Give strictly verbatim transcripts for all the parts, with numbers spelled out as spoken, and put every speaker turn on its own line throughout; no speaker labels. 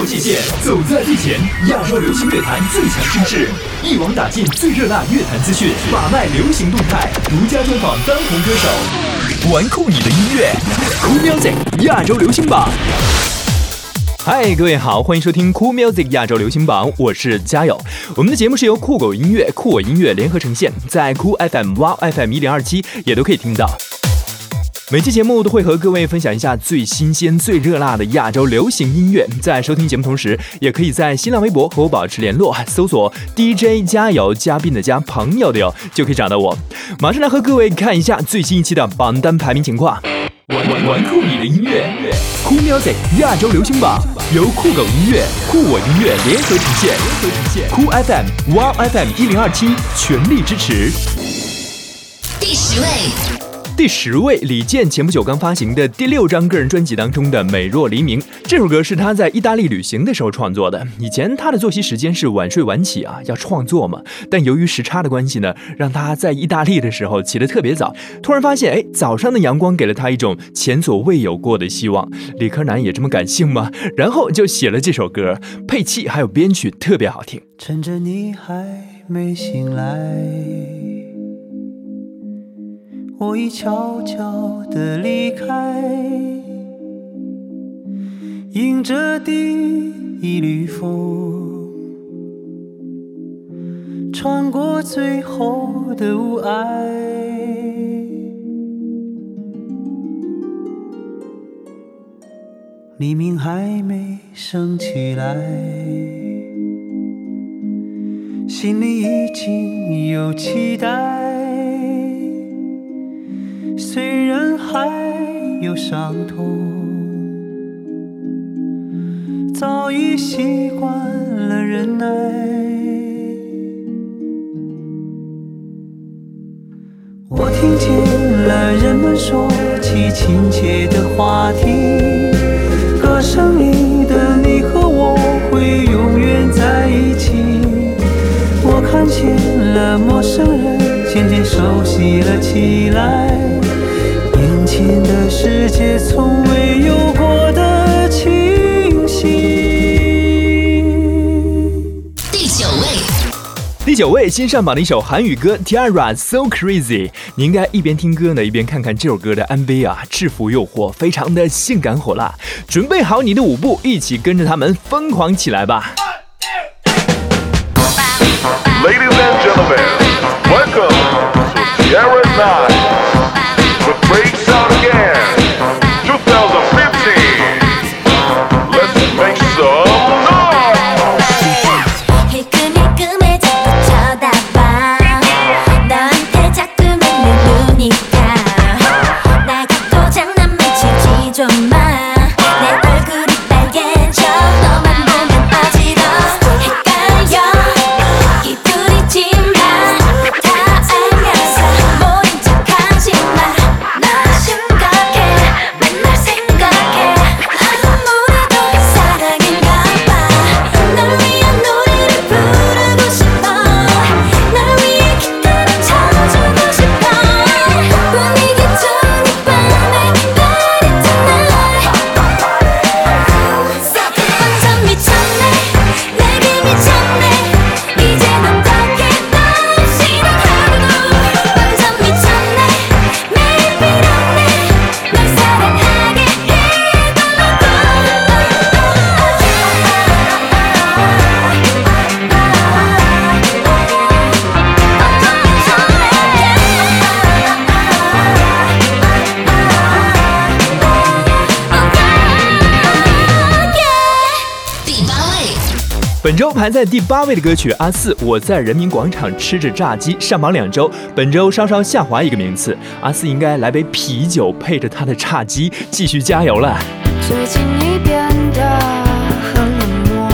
界限，走在最前，亚洲流行乐坛最强声势，一网打尽最热辣乐坛资讯，把脉流行动态，独家专访当红歌手，玩酷你的音乐 ，Cool Music 亚洲流行榜。嗨，各位好，欢迎收听 Cool Music 亚洲流行榜，我是嘉友。我们的节目是由酷狗音乐、酷我音乐联合呈现，在 Cool F M、Wow F M 一零二七也都可以听到。每期节目都会和各位分享一下最新鲜、最热辣的亚洲流行音乐。在收听节目同时，也可以在新浪微博和我保持联络，搜索 D J 加油，嘉宾的加，朋友的友，就可以找到我。马上来和各位看一下最新一期的榜单排名情况。玩玩玩酷你的音乐 ，Cool Music 亚洲流行榜由酷狗音乐、酷我音乐联合呈现，联合呈现。酷 F M、Wow F M 一零二七全力支持。
第十位。
第十位，李健前不久刚发行的第六张个人专辑当中的《美若黎明》，这首歌是他在意大利旅行的时候创作的。以前他的作息时间是晚睡晚起啊，要创作嘛。但由于时差的关系呢，让他在意大利的时候起得特别早。突然发现，哎，早上的阳光给了他一种前所未有过的希望。理科男也这么感性吗？然后就写了这首歌，配器还有编曲特别好听。
趁着你还没醒来，我已悄悄地离开，迎着第一缕风，穿过最后的雾霭。黎明还没升起来，心里已经有期待，虽然还有伤痛，早已习惯了忍耐。我听见了人们说起亲切的话题，歌声里的你和我会永远在一起。我看见了陌生人渐渐熟悉了起来，眼前的世界从未有过的清晰。
第九位，
第九位，新上榜的一首韩语歌 Tiara So Crazy。你应该一边听歌呢，一边看看这首歌的 M V 啊，制服诱惑，非常的性感火辣。准备好你的舞步，一起跟着他们疯狂起来吧。
Ladies and gentlemen, welcome to Tiara Night with Breaks Out Again twenty fifteen. Let's make some noise.
힐끔힐끔해 자꾸 쳐다봐 너한테 자꾸만 내 눈이가 날 갖고 장난만 치지 좀 마. 내 얼굴이 빨개져 너만 보면 어지러워 헷갈려 기쁘리지만 다 알면서 모른 척하지 마. 너 심각해 맨날 생각해 아무래도 사랑인가 봐. 널 위한 노래를 부르고 싶어 널 위해 기타를 쳐주고 싶어 분위기 좋은 이 밤에 Party tonight. 완전 미쳤네 내게 미쳤네 이제 넌 덕에 널 시작하고 완전 미쳤네 매일 빌었네 널 사랑하게 해달라고. Yeah.
第八位，
本周排在第八位的歌曲阿四，我在人民广场吃着炸鸡，上榜两周，本周稍稍下滑一个名次。阿四应该来杯啤酒配着他的炸鸡，继续加油了。
最近你变得很冷漠，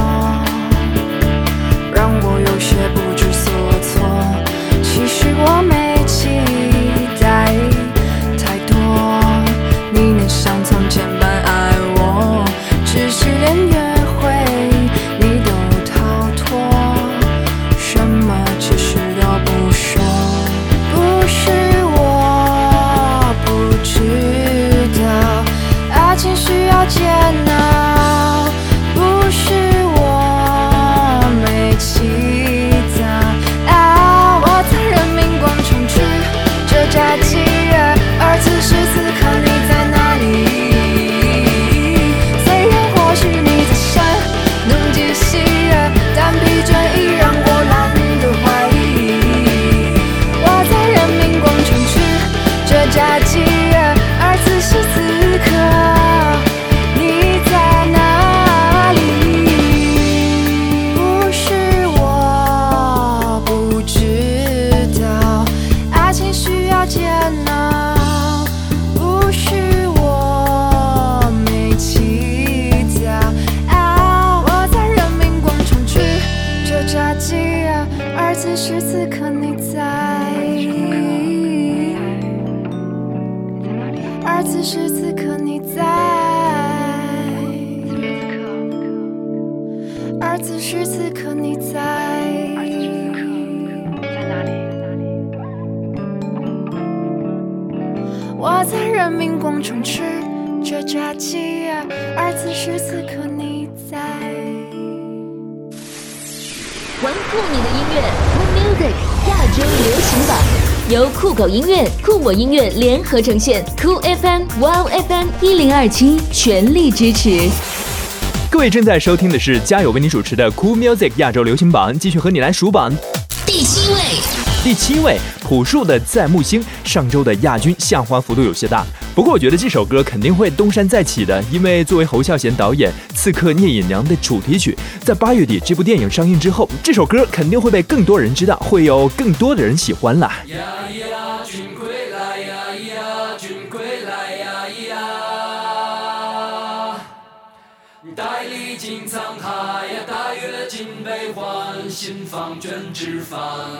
让我有些不知所措。其实我没期待太多，你能像从前般爱我，只是连约会你都逃脱，什么其实都不说。不是我不知道，爱情需要接纳。 而此时此刻你在哪里？我在人民广场吃着炸鸡，而此时此刻你在。
玩酷你的音乐 ，Cool Music 亚洲流行榜由酷狗音乐、酷我音乐联合呈现，酷 F M、Wow F M 一零二七全力支持。
各位正在收听的是嘉友为你主持的 Cool Music 亚洲流行榜，继续和你来数榜。
第七位，
第七位，朴树的《在木星》，上周的亚军下滑幅度有些大，不过我觉得这首歌肯定会东山再起的，因为作为侯孝贤导演《刺客聂隐娘》的主题曲，在八月底这部电影上映之后，这首歌肯定会被更多人知道，会有更多的人喜欢啦。呀呀，君归来呀呀，君归来呀呀，带历经沧海呀，带阅尽悲欢，心房卷纸帆。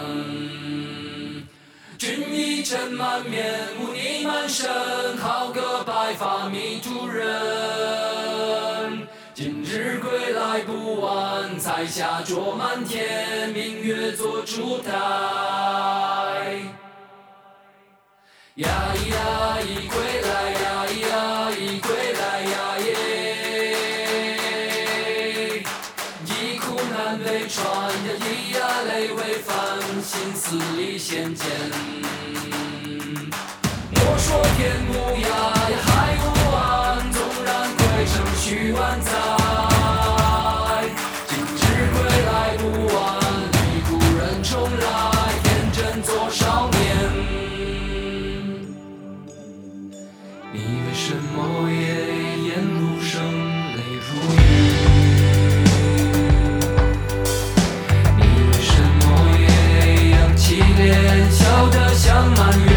君一尘满面，污泥满身，好个白发迷途人。今日归来不晚，彩霞灼满天，明月做烛台。呀呀，一归来呀呀，一归来呀耶，一苦难为传呀，一呀泪为翻，心思里显见。莫说天无涯呀，海无岸，纵然归程须万载。今日归来不晚，离故人重来，天真做少年。你为什么也眼如生，泪如雨？你为什么也扬起脸，笑得像满月？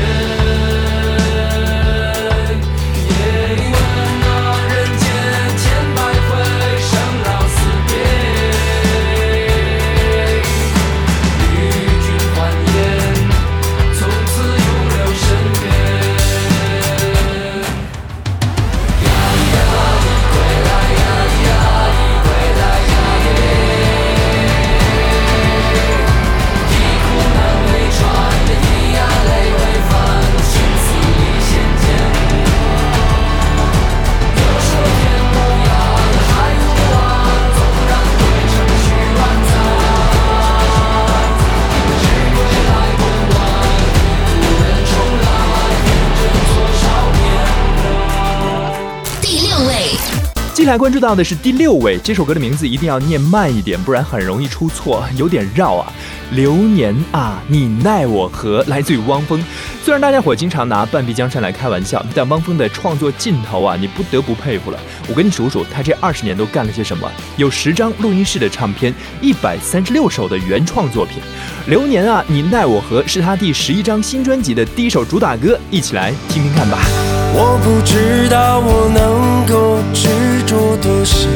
接下来关注到的是第六位，这首歌的名字一定要念慢一点，不然很容易出错，有点绕啊。流年啊，你奈我何，来自于汪峰。虽然大家伙经常拿半壁江山来开玩笑，但汪峰的创作劲头啊，你不得不佩服了。我跟你数数，他这二十年都干了些什么？有十张录音室的唱片，一百三十六首的原创作品。流年啊，你奈我何是他第十一张新专辑的第一首主打歌，一起来听听看吧。
我不知道我能够执着多深，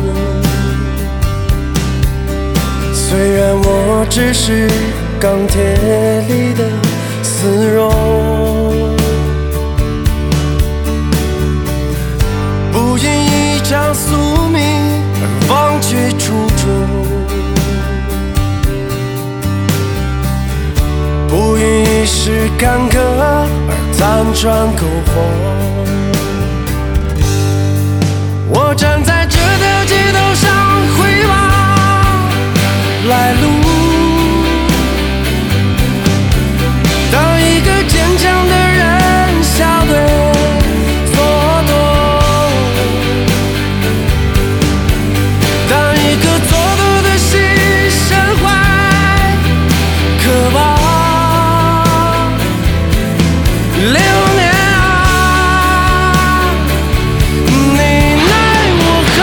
虽然我只是钢铁里的丝绒，不因一场宿命而忘却初衷，不因一时坎坷而辗转苟活。我站在这条街头上回望来路，当一个坚强的人笑对蹉跎，当一颗蹉跎的心深怀渴望。流年啊，你奈我何？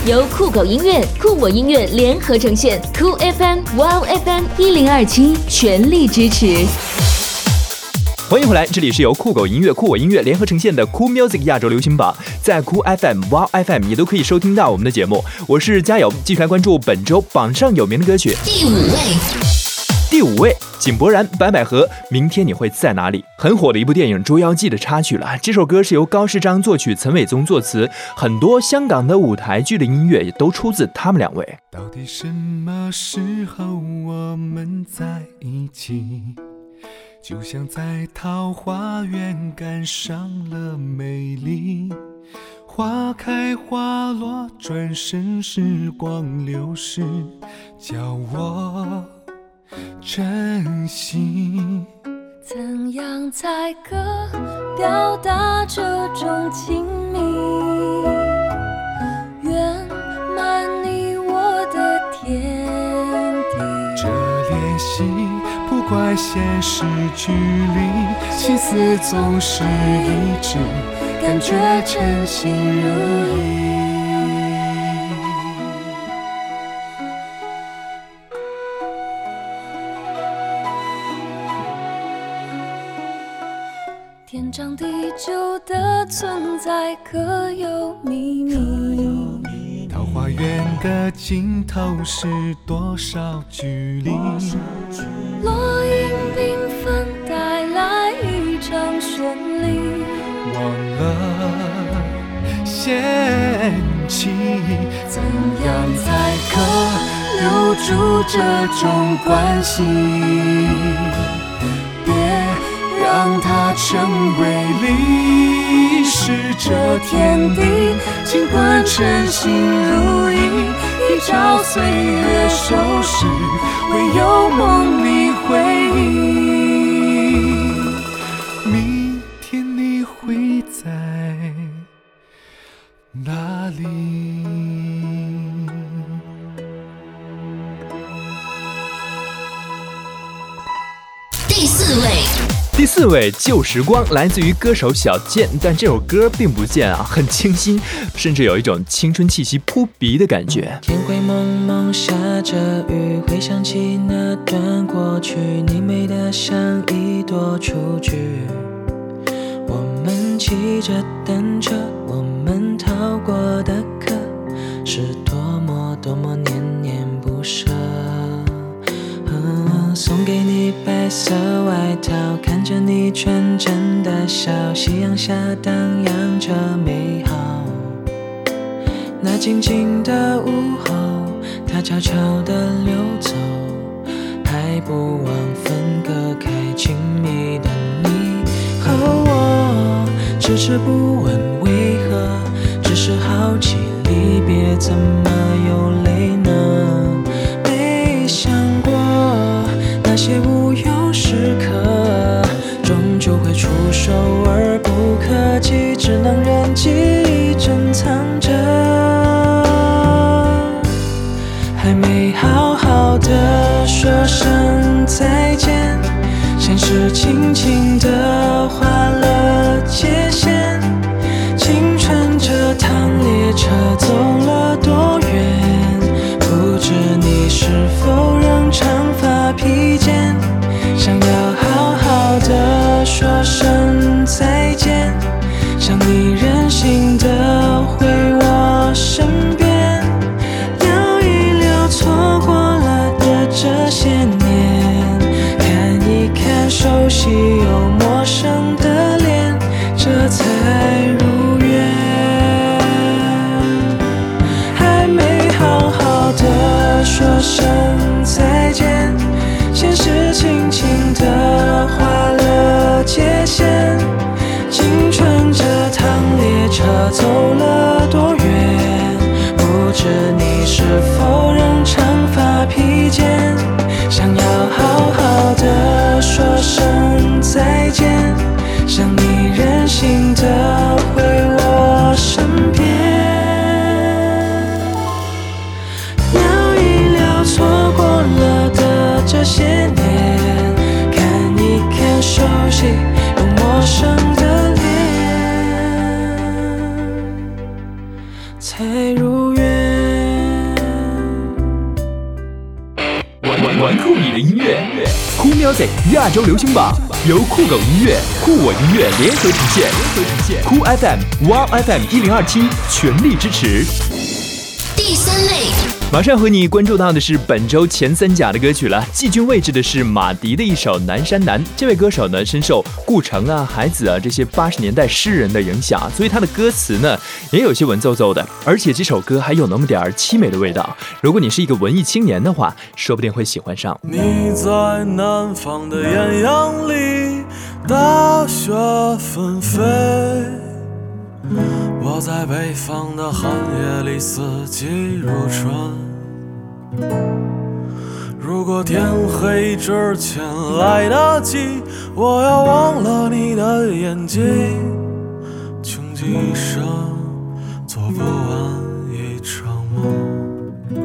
由酷狗音乐、酷我音乐联合呈现，酷 F M、Wow F M 一零二七全力支持。
欢迎回来，这里是由酷狗音乐、酷我音乐联合呈现的酷 Music 亚洲流行榜，在酷 F M、Wow F M 也都可以收听到我们的节目。我是嘉友，继续来关注本周榜上有名的歌曲。
第五位，
第五位，井柏然、白百合，明天你会在哪里？很火的一部电影《捉妖记》的插曲了。这首歌是由高世章作曲，陈伟宗作词，很多香港的舞台剧的音乐也都出自他们两位。
到底什么时候我们在一起？就像在桃花源赶上了美丽，花开花落，转身时光流逝，叫我珍惜。
怎样才可表达这种亲密，圆满你我的天地？
这联系不怪现实距离，心思总是一致，感觉称心如意。
天长地久的存在可有秘密？
桃花源的尽头是多少距离？
落英缤纷带来一场绚丽，
忘了嫌弃，怎样才可留住这种关系？别让它成为历史，这天地尽管称心如意，一朝岁月收拾，唯有梦里回忆。明天你会在哪里？
第四位。
第四位旧时光来自于歌手小健，但这首歌并不贱啊，很清新，甚至有一种青春气息扑鼻的感觉。
天灰蒙蒙下着雨，回想起那段过去，你美得像一朵雏菊。我们骑着单车，我们逃过的课，是多么多么念念不舍。送给你白色外套，看着你纯真的笑，夕阳下荡漾着美好。那静静的午后，它悄悄地溜走，还不忘分割开亲密的你和我。迟迟不问为何，只是好奇离别怎么有泪呢？没想过那些无用时刻，终究会触手而不可及，只能任记忆珍藏着。还没好好的说声再见，现实轻轻地划了界限。青春这趟列车走了多远？不知你是否仍长发披肩，想要好好的说声再见，想你任性的回我身边，聊一聊错过了的这些年，看一看熟悉又陌生的脸，这才如愿。还没好好的说声再见，现实轻轻地划了界限。青春这趟列车走了多远？不知你是否仍长发披肩，想要好好的说声再见，想你任性的
亚洲流行榜由酷狗音乐、酷我音乐联合呈现，酷 F M、Wow F M 一零二七全力支持。
第三类，
马上和你关注到的是本周前三甲的歌曲了。季军位置的是马迪的一首《南山南》。这位歌手呢，深受顾城啊、海子啊这些八十年代诗人的影响，所以他的歌词呢也有些文绉绉的，而且这首歌还有那么点儿凄美的味道。如果你是一个文艺青年的话，说不定会喜欢上。
你在南方的艳阳里，大雪纷飞。我在北方的寒夜里，四季如春。如果天黑之前来得及，我要忘了你的眼睛，穷极一生做不完一场梦。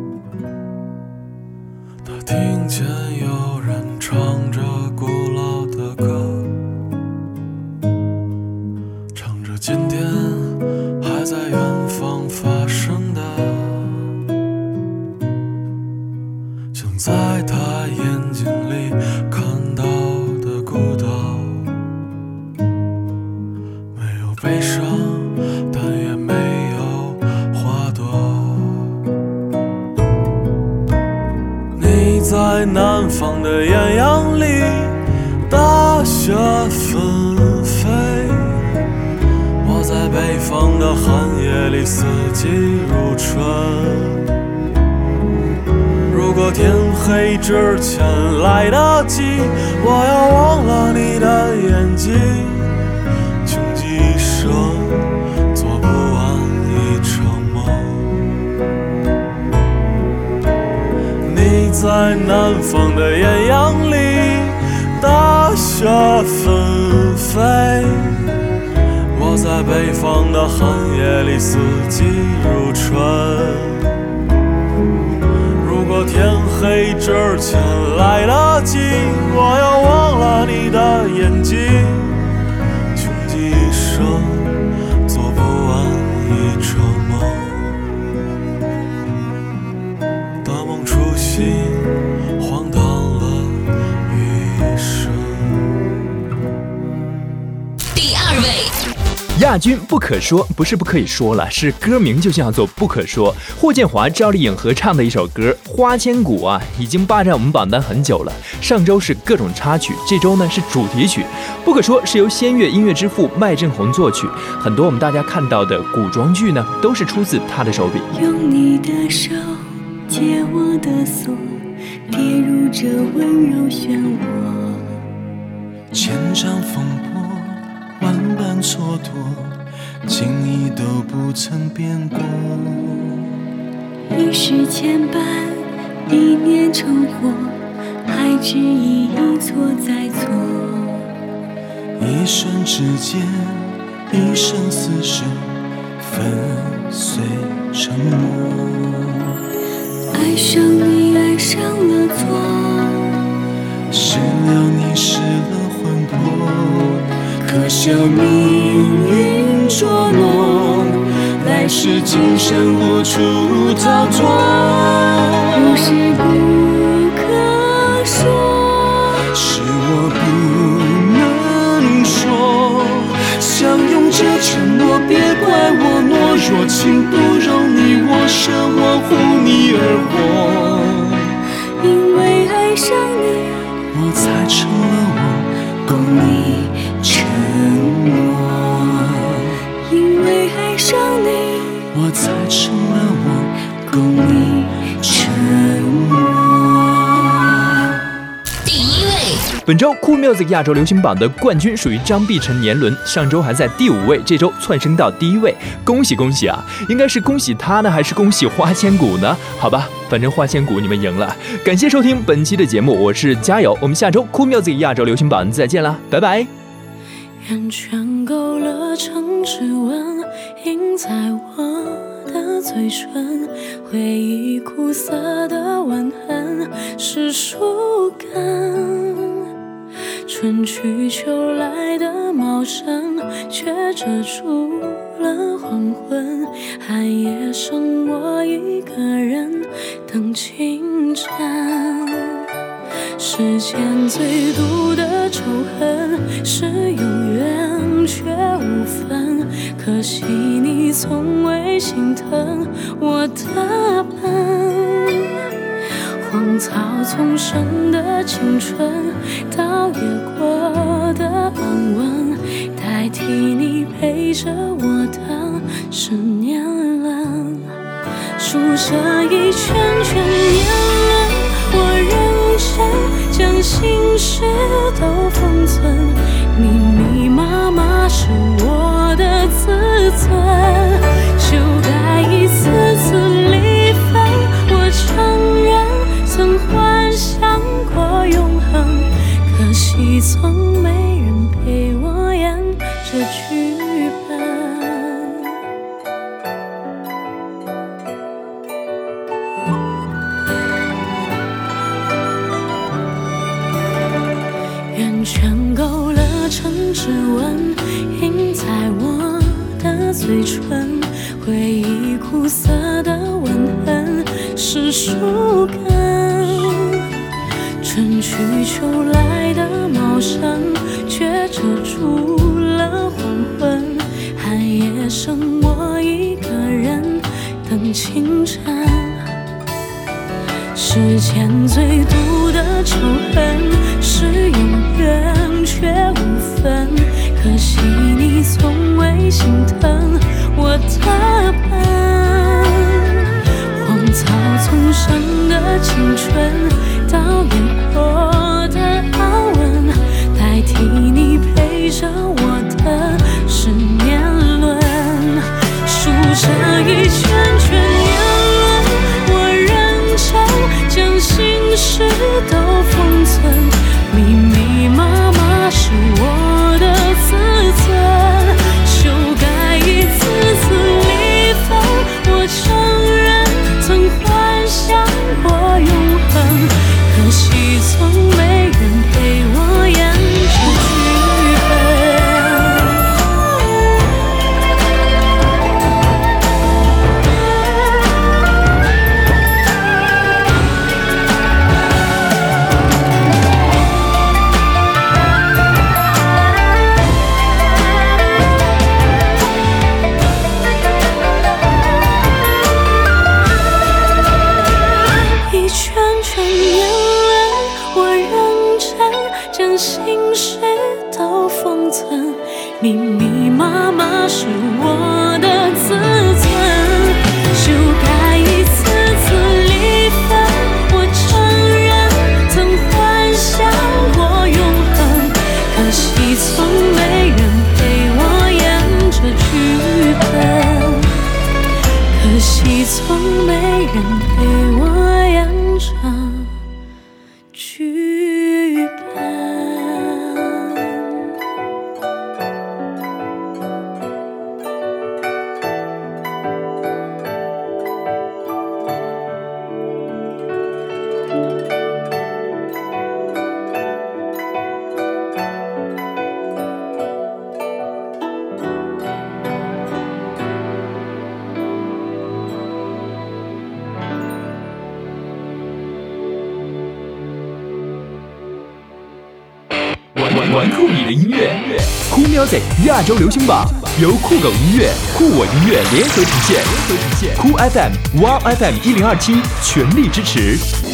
他听见有人唱着古老的歌，唱着今天还在远方发生的，像在他眼睛里看到的孤岛，没有悲伤，但也没有花朵。你在南方的艳阳里，大雪纷飞。我在北方的寒夜里，四季如春。如果天黑之前来得及，我要忘了你的眼睛，穷极一生做不完一场梦。你在南方的艳阳里，大雪纷飞。我在北方的寒夜里，四季如春。如果天黑之前来得及，我要忘了你的眼睛，穷极一生做不完一场梦。大梦初醒，荒唐了一生。
第二位。
亚军不可说，不是不可以说了，是歌名就叫做不可说。霍建华、赵丽颖合唱的一首歌《花千骨》啊，已经霸占我们榜单很久了。上周是各种插曲，这周呢是主题曲。不可说是由仙乐音乐之父麦振鸿作曲，很多我们大家看到的古装剧呢，都是出自他的手笔。
用你的手解我的锁，跌入这温柔漩涡，
千丈风波，万般蹉跎，情意都不曾变过。
一世牵绊，一念成祸，还只一一错再错。
一瞬之间，一生厮守，粉碎沉默。
爱上你，爱上了错，
失了你，失了魂魄。可笑命运捉弄，来世今生无处逃脱。
不是不可说，
是我不能说。相拥着承诺，别怪我懦弱，情不容你我舍，我护你而活。
因为爱上你，
我才成了我，供你沉默。
因为爱上你，
我才成了我，供你沉默。
第一位，
本周酷 Music 亚洲流行榜的冠军属于张碧晨年轮，上周还在第五位，这周窜升到第一位，恭喜恭喜啊！应该是恭喜他呢，还是恭喜花千骨呢？好吧，反正花千骨你们赢了。感谢收听本期的节目，我是加油，我们下周酷 Music 亚洲流行榜再见啦，拜拜。
圆圈勾勒成指纹，印在我的嘴唇，回忆苦涩的吻痕是树根。春去秋来的茂盛，却遮住了黄昏。寒夜剩我一个人等清晨。 世间最毒的仇恨是永远却无分，可惜你从未心疼我的笨。荒草丛生的青春，倒也过得安稳，代替你陪着我的是年轮。数着一圈圈年轮，我认真将心事都封存，密密麻麻是我的自尊，就该一次次离分。我承认曾幻想过永恒，可惜从没人陪我演这剧本。圆圈勾勒成指纹，印在我的嘴唇，回忆苦涩的吻痕是树根。春去秋来的茂盛，却遮住了黄昏，寒夜剩我一个人等清晨。世间最毒的仇恨是永远却无分，可惜你从未心疼我的笨。荒草丛生的青春，倒也过得安稳，代替你陪着我的是年轮。数着一圈圈年轮，我认真将心事都封存，密密麻麻是我的自尊，就该一次次离分。我承认曾幻想过永恒，可惜从没人陪我演这剧本。一圈圈年轮，我认真将心事都封存，密密麻麻是我的自尊，就该一次次离分。我承认曾幻想过永恒，可惜从没人陪我演这剧本，可惜从没人陪我演这剧本。
玩玩酷你的音乐，酷 Music 亚洲流行榜由酷狗音乐、酷我音乐联合呈现，酷 F M、Wow F M 一零二七全力支持。